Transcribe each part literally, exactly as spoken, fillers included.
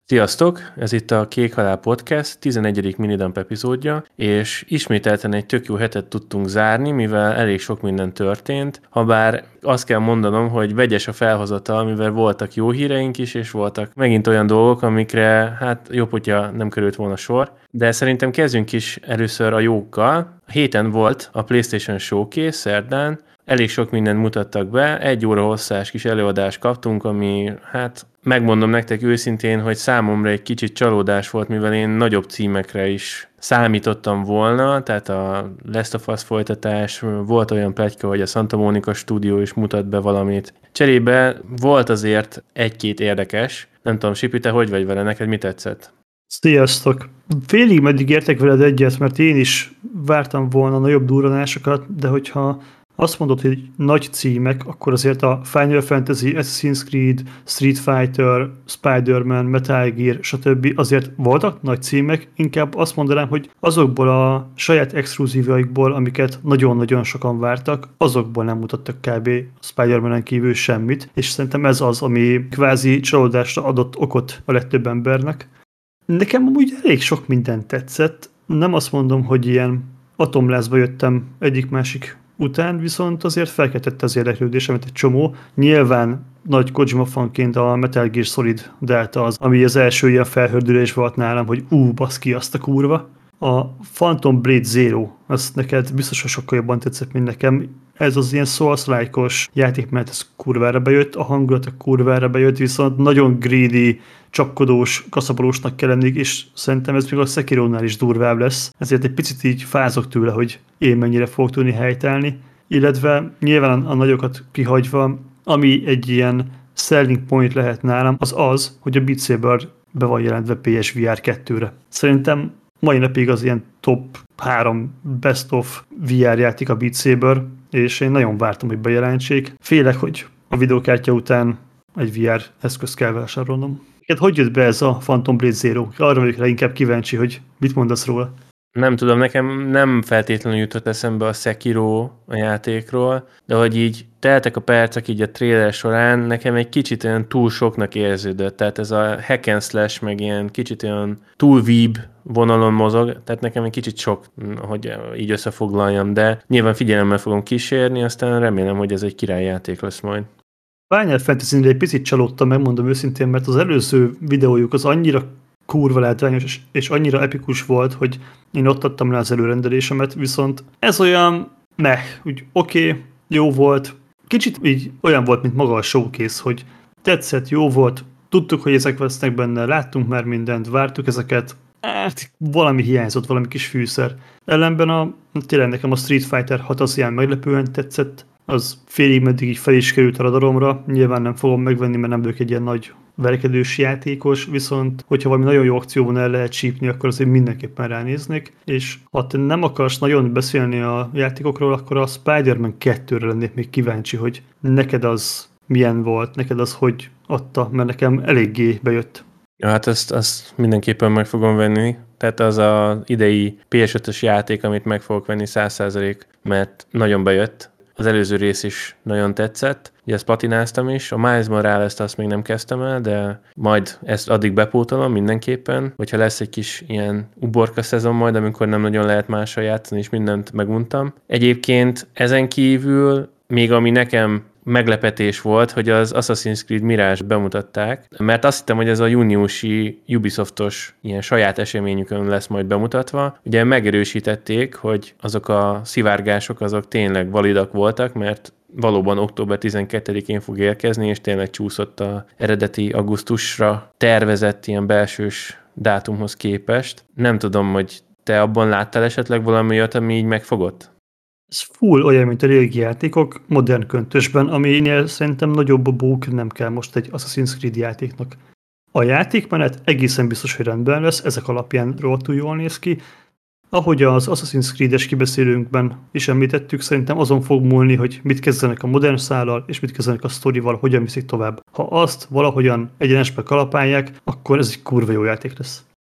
Sziasztok! Ez itt a Kék Halál Podcast tizenegyedik minidump epizódja, és ismételten egy tök jó hetet tudtunk zárni, mivel elég sok minden történt, habár azt kell mondanom, hogy vegyes a felhozatal, mivel voltak jó híreink is, és voltak megint olyan dolgok, amikre hát jobb, hogyha nem került volna sor. De szerintem kezdjünk is először a jókkal. A héten volt a PlayStation Showcase szerdán, elég sok mindent mutattak be, egy óra hosszás kis előadást kaptunk, ami hát megmondom nektek őszintén, hogy számomra egy kicsit csalódás volt, mivel én nagyobb címekre is számítottam volna, tehát a Last of Us folytatás, volt olyan pletyka, hogy a Santa Monica Studio is mutat be valamit. Cserébe volt azért egy-két érdekes, nem tudom, Sipi, te hogy vagy vele, neked mi tetszett? Sziasztok! Félig meddig értek veled egyet, mert én is vártam volna nagyobb durranásokat, de hogyha azt mondod, hogy nagy címek, akkor azért a Final Fantasy, Assassin's Creed, Street Fighter, Spider-Man, Metal Gear, stb. Azért voltak nagy címek, inkább azt mondanám, hogy azokból a saját exkluzívaikból, amiket nagyon-nagyon sokan vártak, azokból nem mutattak kb. Spider-Man-en kívül semmit, és szerintem ez az, ami kvázi csalódásra adott okot a legtöbb embernek. Nekem amúgy elég sok minden tetszett, nem azt mondom, hogy ilyen atomlázba jöttem egyik-másik után, viszont azért felkeltette az érdeklődésemet egy csomó. Nyilván nagy Kojima fanként a Metal Gear Solid Delta az, ami az első ilyen felhördülés volt nálam, hogy ú, baszki, azt a kurva. A Phantom Blade Zero, az neked biztos, hogy sokkal jobban tetszett, mint nekem. Ez az ilyen Souls-like-os játékmenet, ez kurvára bejött, a hangulat a kurvára bejött, viszont nagyon greedy, csapkodós, kaszabolósnak kell lenni, és szerintem ez még a Sekironál is durvább lesz. Ezért egy picit így fázok tőle, hogy én mennyire fogok tudni helytállni. Illetve nyilván a nagyokat kihagyva, ami egy ilyen selling point lehet nálam, az az, hogy a Beat Saber be van jelentve pé es vé er kettőre. Szerintem mai napig az ilyen top három best of vé er játék a Beat Saber, és én nagyon vártam, hogy bejelentsék. Félek, hogy a videókártya után egy vé er eszközt kell vásárolnom. Hogy jött be ez a Phantom Blade Zero? Arra vagyok inkább kíváncsi, hogy mit mondasz róla. Nem tudom, nekem nem feltétlenül jutott eszembe a Sekiro a játékról, de hogy így teltek a percek így a trailer során, nekem egy kicsit olyan túl soknak érződött. Tehát ez a hack and slash, meg ilyen kicsit olyan túl weeb vonalon mozog, tehát nekem egy kicsit sok, hogy így összefoglaljam, de nyilván figyelemmel fogom kísérni, aztán remélem, hogy ez egy királyjáték lesz majd. Final Fantasy-nél egy picit csalódtam, megmondom őszintén, mert az előző videójuk az annyira kurva látványos, és, és annyira epikus volt, hogy én ott adtam le az előrendelésemet, viszont ez olyan meh, úgy oké, okay, jó volt, kicsit így olyan volt, mint maga a showcase, hogy tetszett, jó volt, tudtuk, hogy ezek vesznek benne, láttunk már mindent, vártuk ezeket, hát valami hiányzott, valami kis fűszer. Ellenben a, tényleg nekem a Street Fighter hat az ilyen meglepően tetszett, az félig meddig így fel is került a radaromra, nyilván nem fogom megvenni, mert nem vagyok egy ilyen nagy verekedős játékos, viszont hogyha valami nagyon jó akcióban el lehet csípni, akkor azért mindenképpen ránéznék, és ha te nem akarsz nagyon beszélni a játékokról, akkor a Spider-Man kettőre lennék még kíváncsi, hogy neked az milyen volt, neked az hogy adta, mert nekem eléggé bejött. Ja, hát ezt, ezt mindenképpen meg fogom venni. Tehát az az idei pé es ötös játék, amit meg fogok venni száz százalék, mert nagyon bejött. Az előző rész is nagyon tetszett, ugye ezt platináztam is, a Miles Morales-t azt még nem kezdtem el, de majd ezt addig bepótolom mindenképpen, hogyha lesz egy kis ilyen uborka szezon majd, amikor nem nagyon lehet mással játszani, és mindent meguntam. Egyébként ezen kívül még ami nekem meglepetés volt, hogy az Assassin's Creed Mirage bemutatták, mert azt hittem, hogy ez a júniusi Ubisoftos ilyen saját eseményükön lesz majd bemutatva. Ugye megerősítették, hogy azok a szivárgások azok tényleg validak voltak, mert valóban október tizenkettedikén fog érkezni, és tényleg csúszott az eredeti augusztusra tervezett ilyen belsős dátumhoz képest. Nem tudom, hogy te abban láttál esetleg valami olyat, ami így megfogott? Ez full olyan, mint a régi játékok, modern köntösben, aminél szerintem nagyobb a bók nem kell most egy Assassin's Creed játéknak. A játékmenet egészen biztos, hogy rendben lesz, ezek alapján rohadtul jól néz ki. Ahogy az Assassin's Creed-es kibeszélőnkben is említettük, szerintem azon fog múlni, hogy mit kezdenek a modern szállal, és mit kezdenek a sztorival, hogyan viszik tovább. Ha azt valahogyan egyenesbe kalapálják, akkor ez egy kurva jó játék lesz.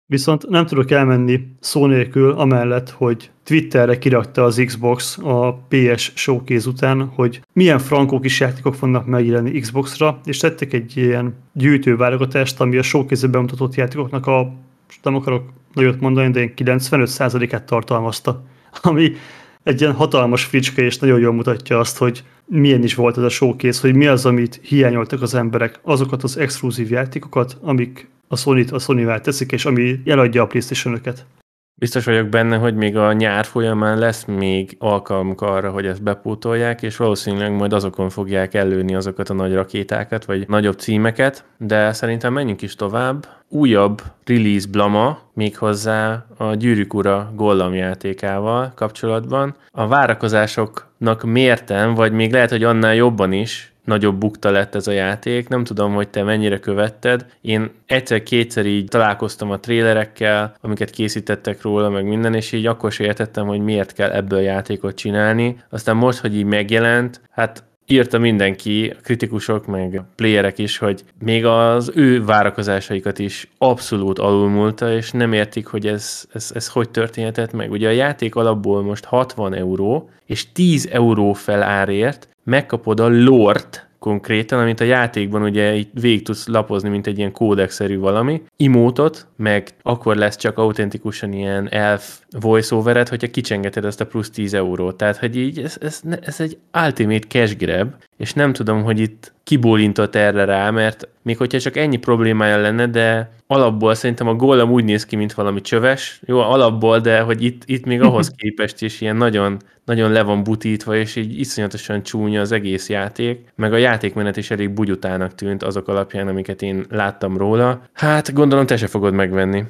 Viszont nem tudok elmenni szó nélkül amellett, hogy Twitterre kirakta az Xbox a pé es showcase után, hogy milyen frankó kis játékok fognak megjelenni Xboxra, és tettek egy ilyen gyűjtőválogatást, ami a showcase-ben bemutatott játékoknak a, nem akarok nagyot mondani, de ilyen kilencvenöt százalékát tartalmazta, ami egy ilyen hatalmas fricska, és nagyon jól mutatja azt, hogy milyen is volt ez a showcase, hogy mi az, amit hiányoltak az emberek, azokat az exkluzív játékokat, amik a Sony-t a Sony-vel teszik, és ami eladja a PlayStation-öket. Biztos vagyok benne, hogy még a nyár folyamán lesz még alkalmuk arra, hogy ezt bepótolják, és valószínűleg majd azokon fogják előni azokat a nagy rakétákat, vagy nagyobb címeket, de szerintem menjünk is tovább. Újabb release blama, méghozzá a Gyűrűk Ura Gollam játékával kapcsolatban. A várakozásoknak mérten, vagy még lehet, hogy annál jobban is, nagyobb bukta lett ez a játék. Nem tudom, hogy te mennyire követted. Én egyszer-kétszer így találkoztam a trélerekkel, amiket készítettek róla, meg minden, és így akkor sem értettem, hogy miért kell ebből játékot csinálni. Aztán most, hogy így megjelent, hát írta mindenki, a kritikusok, meg a playerek is, hogy még az ő várakozásaikat is abszolút alulmúlta, és nem értik, hogy ez, ez, ez hogy történhetett meg. Ugye a játék alapból most hatvan euró, és tíz euró felárért megkapod a lore-t konkrétan, amit a játékban ugye így végig tudsz lapozni, mint egy ilyen kódexszerű valami, imótot, meg akkor lesz csak autentikusan ilyen elf voice-overet, hogyha kicsengeted ezt a plusz tíz eurót. Tehát, hogy így ez, ez, ez egy ultimate cash grab, és nem tudom, hogy itt kibólintott erre rá, mert még hogyha csak ennyi problémája lenne, de alapból szerintem a Golem úgy néz ki, mint valami csöves. Jó, alapból, de hogy itt, itt még ahhoz képest is ilyen nagyon, nagyon le van butítva, és így iszonyatosan csúnya az egész játék, meg a játékmenet is elég bugyutának tűnt azok alapján, amiket én láttam róla. Hát gondolom te se fogod megvenni.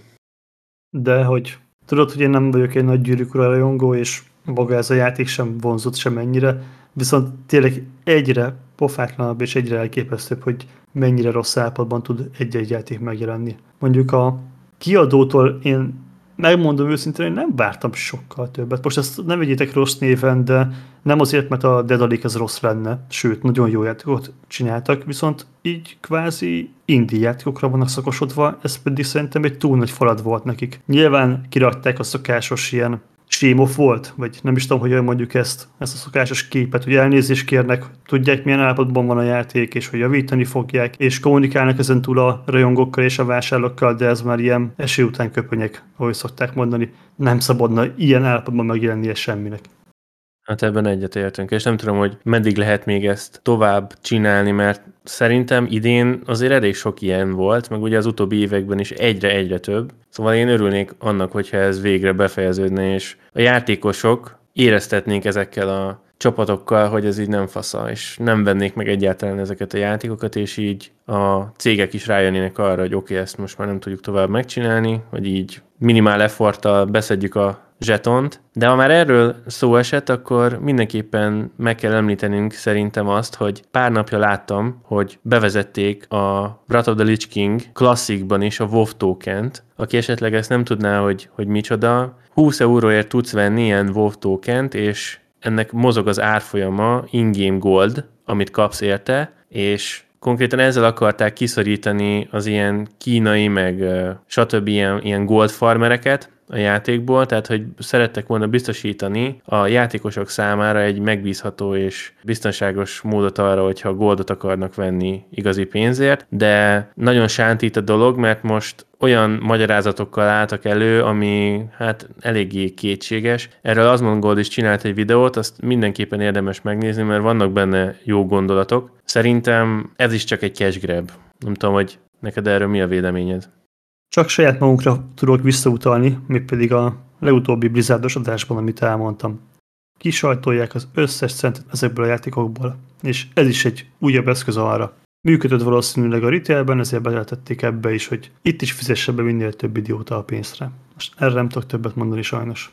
De hogy tudod, hogy én nem vagyok egy nagy Gyűrűk Ura rajongó, és maga ez a játék sem vonzott sem ennyire, viszont tényleg egyre pofátlanabb és egyre elképesztőbb, hogy mennyire rossz állapotban tud egy-egy játék megjelenni. Mondjuk a kiadótól én megmondom őszintén, hogy nem vártam sokkal többet. Most ezt nem vegyétek rossz néven, de nem azért, mert a Dedalic ez rossz lenne, sőt, nagyon jó játékot csináltak, viszont így kvázi indie játékokra vannak szakosodva, ez pedig szerintem egy túl nagy falad volt nekik. Nyilván kirakták a szokásos ilyen sémof volt, vagy nem is tudom, hogy mondjuk ezt, ezt a szokásos képet, hogy elnézést kérnek, tudják milyen állapotban van a játék, és hogy javítani fogják, és kommunikálnak ezen túl a rajongókkal és a vásárlókkal, de ez már ilyen eső után köpönyek, ahogy szokták mondani. Nem szabadna ilyen állapotban megjelennie semminek. Hát ebben egyetértünk, és nem tudom, hogy meddig lehet még ezt tovább csinálni, mert szerintem idén azért elég sok ilyen volt, meg ugye az utóbbi években is egyre-egyre több. Szóval én örülnék annak, hogyha ez végre befejeződne, és a játékosok éreztetnénk ezekkel a csapatokkal, hogy ez így nem fasza, és nem vennék meg egyáltalán ezeket a játékokat, és így a cégek is rájönnének arra, hogy oké, okay, ezt most már nem tudjuk tovább megcsinálni, hogy így minimál efforttal beszedjük a zsetont, de ha már erről szó esett, akkor mindenképpen meg kell említenünk szerintem azt, hogy pár napja láttam, hogy bevezették a Wrath of the Lich King Classicban is a WoW tokent. Aki esetleg ezt nem tudná, hogy, hogy micsoda, húsz euróért tudsz venni ilyen WoW tokent, és ennek mozog az árfolyama in-game gold, amit kapsz érte, és konkrétan ezzel akarták kiszorítani az ilyen kínai, meg uh, stb. ilyen, ilyen gold farmereket a játékból, tehát hogy szerettek volna biztosítani a játékosok számára egy megbízható és biztonságos módot arra, hogyha goldot akarnak venni igazi pénzért, de nagyon sántít a dolog, mert most olyan magyarázatokkal álltak elő, ami hát eléggé kétséges. Erről Asmon Gold is csinált egy videót, azt mindenképpen érdemes megnézni, mert vannak benne jó gondolatok. Szerintem ez is csak egy cash grab. Nem tudom, hogy neked erről mi a véleményed? Csak saját magunkra tudok visszautalni, még pedig a legutóbbi Blizzardos adásban, amit elmondtam. Kisajtolják az összes centet ezekből a játékokból, és ez is egy újabb eszköz arra. Működött valószínűleg a retailben, ezért beletették ebbe is, hogy itt is fizesse be minél több idióta a pénzre. Most erre nem tudok többet mondani sajnos.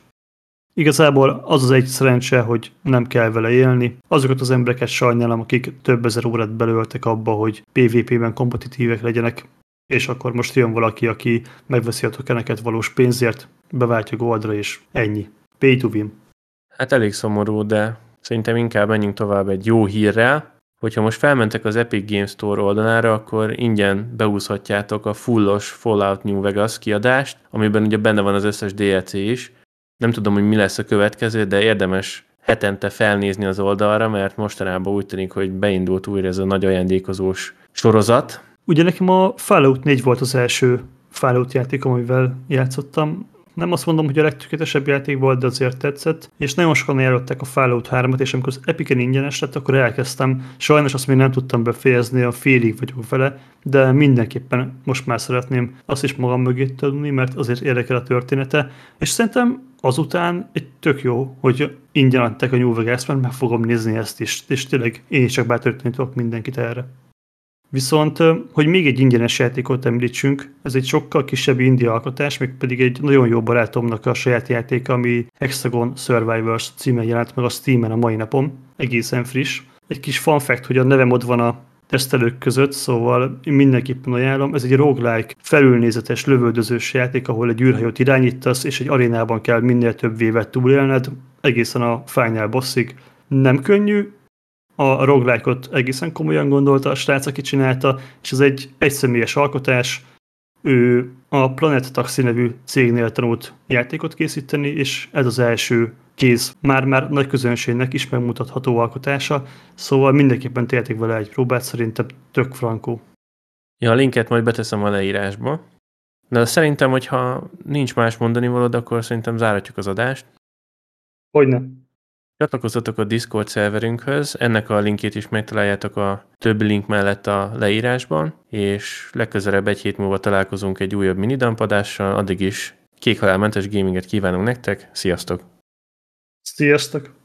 Igazából az az egy szerencse, hogy nem kell vele élni. Azokat az embereket sajnálom, akik több ezer órát belöltek abba, hogy pé vé pé-ben kompetitívek legyenek, és akkor most jön valaki, aki megveszi a tokeneket valós pénzért, beváltja goldra, és ennyi. Pay to win. Hát elég szomorú, de szerintem inkább menjünk tovább egy jó hírrel. Hogyha most felmentek az Epic Games Store oldalára, akkor ingyen beúszhatjátok a fullos Fallout New Vegas kiadást, amiben ugye benne van az összes dé el cé is. Nem tudom, hogy mi lesz a következő, de érdemes hetente felnézni az oldalra, mert mostanában úgy tűnik, hogy beindult újra ez a nagy ajándékozós sorozat. Ugye nekem a Fallout négy volt az első Fallout játék, amivel játszottam. Nem azt mondom, hogy a legtökéletesebb játék volt, de azért tetszett, és nagyon sokan ajánlották a Fallout hármat, és amikor az Epicen ingyenes lett, akkor elkezdtem. Sajnos azt még nem tudtam befejezni, a félig vagyok vele, de mindenképpen most már szeretném azt is magam mögé tudni, mert azért érdekel a története, és szerintem azután egy tök jó, hogy ingyen adták a New Vegas, mert meg fogom nézni ezt is, és tényleg én is csak bátorítani tudok mindenkit erre. Viszont, hogy még egy ingyenes játékot említsünk, ez egy sokkal kisebb indie alkotás, még pedig egy nagyon jó barátomnak a saját játéka, ami Hexagon Survivors címen jelent meg a Steamen a mai napon, egészen friss. Egy kis fun fact, hogy a nevem ott van a tesztelők között, szóval én mindenképpen ajánlom. Ez egy roguelike, felülnézetes, lövöldözős játék, ahol egy űrhajót irányítasz, és egy arénában kell minél több vévet túlélned, egészen a final bossig. Nem könnyű, a roguelike-ot egészen komolyan gondolta a srác, aki csinálta, és ez egy egyszemélyes alkotás. Ő a Planet Taxi nevű cégnél tanult játékot készíteni, és ez az első kéz, már-már nagy közönségnek is megmutatható alkotása, szóval mindenképpen térték vele egy próbát, szerintem tök frankó. Ja, a linket majd beteszem a leírásba. De szerintem, hogyha nincs más mondani valód, akkor szerintem zárhatjuk az adást. Hogyne. Csatlakozzatok a Discord szerverünkhöz, ennek a linkjét is megtaláljátok a többi link mellett a leírásban, és legközelebb egy hét múlva találkozunk egy újabb minidump-adással, addig is kékhalálmentes gaminget kívánunk nektek, sziasztok! Sziasztok!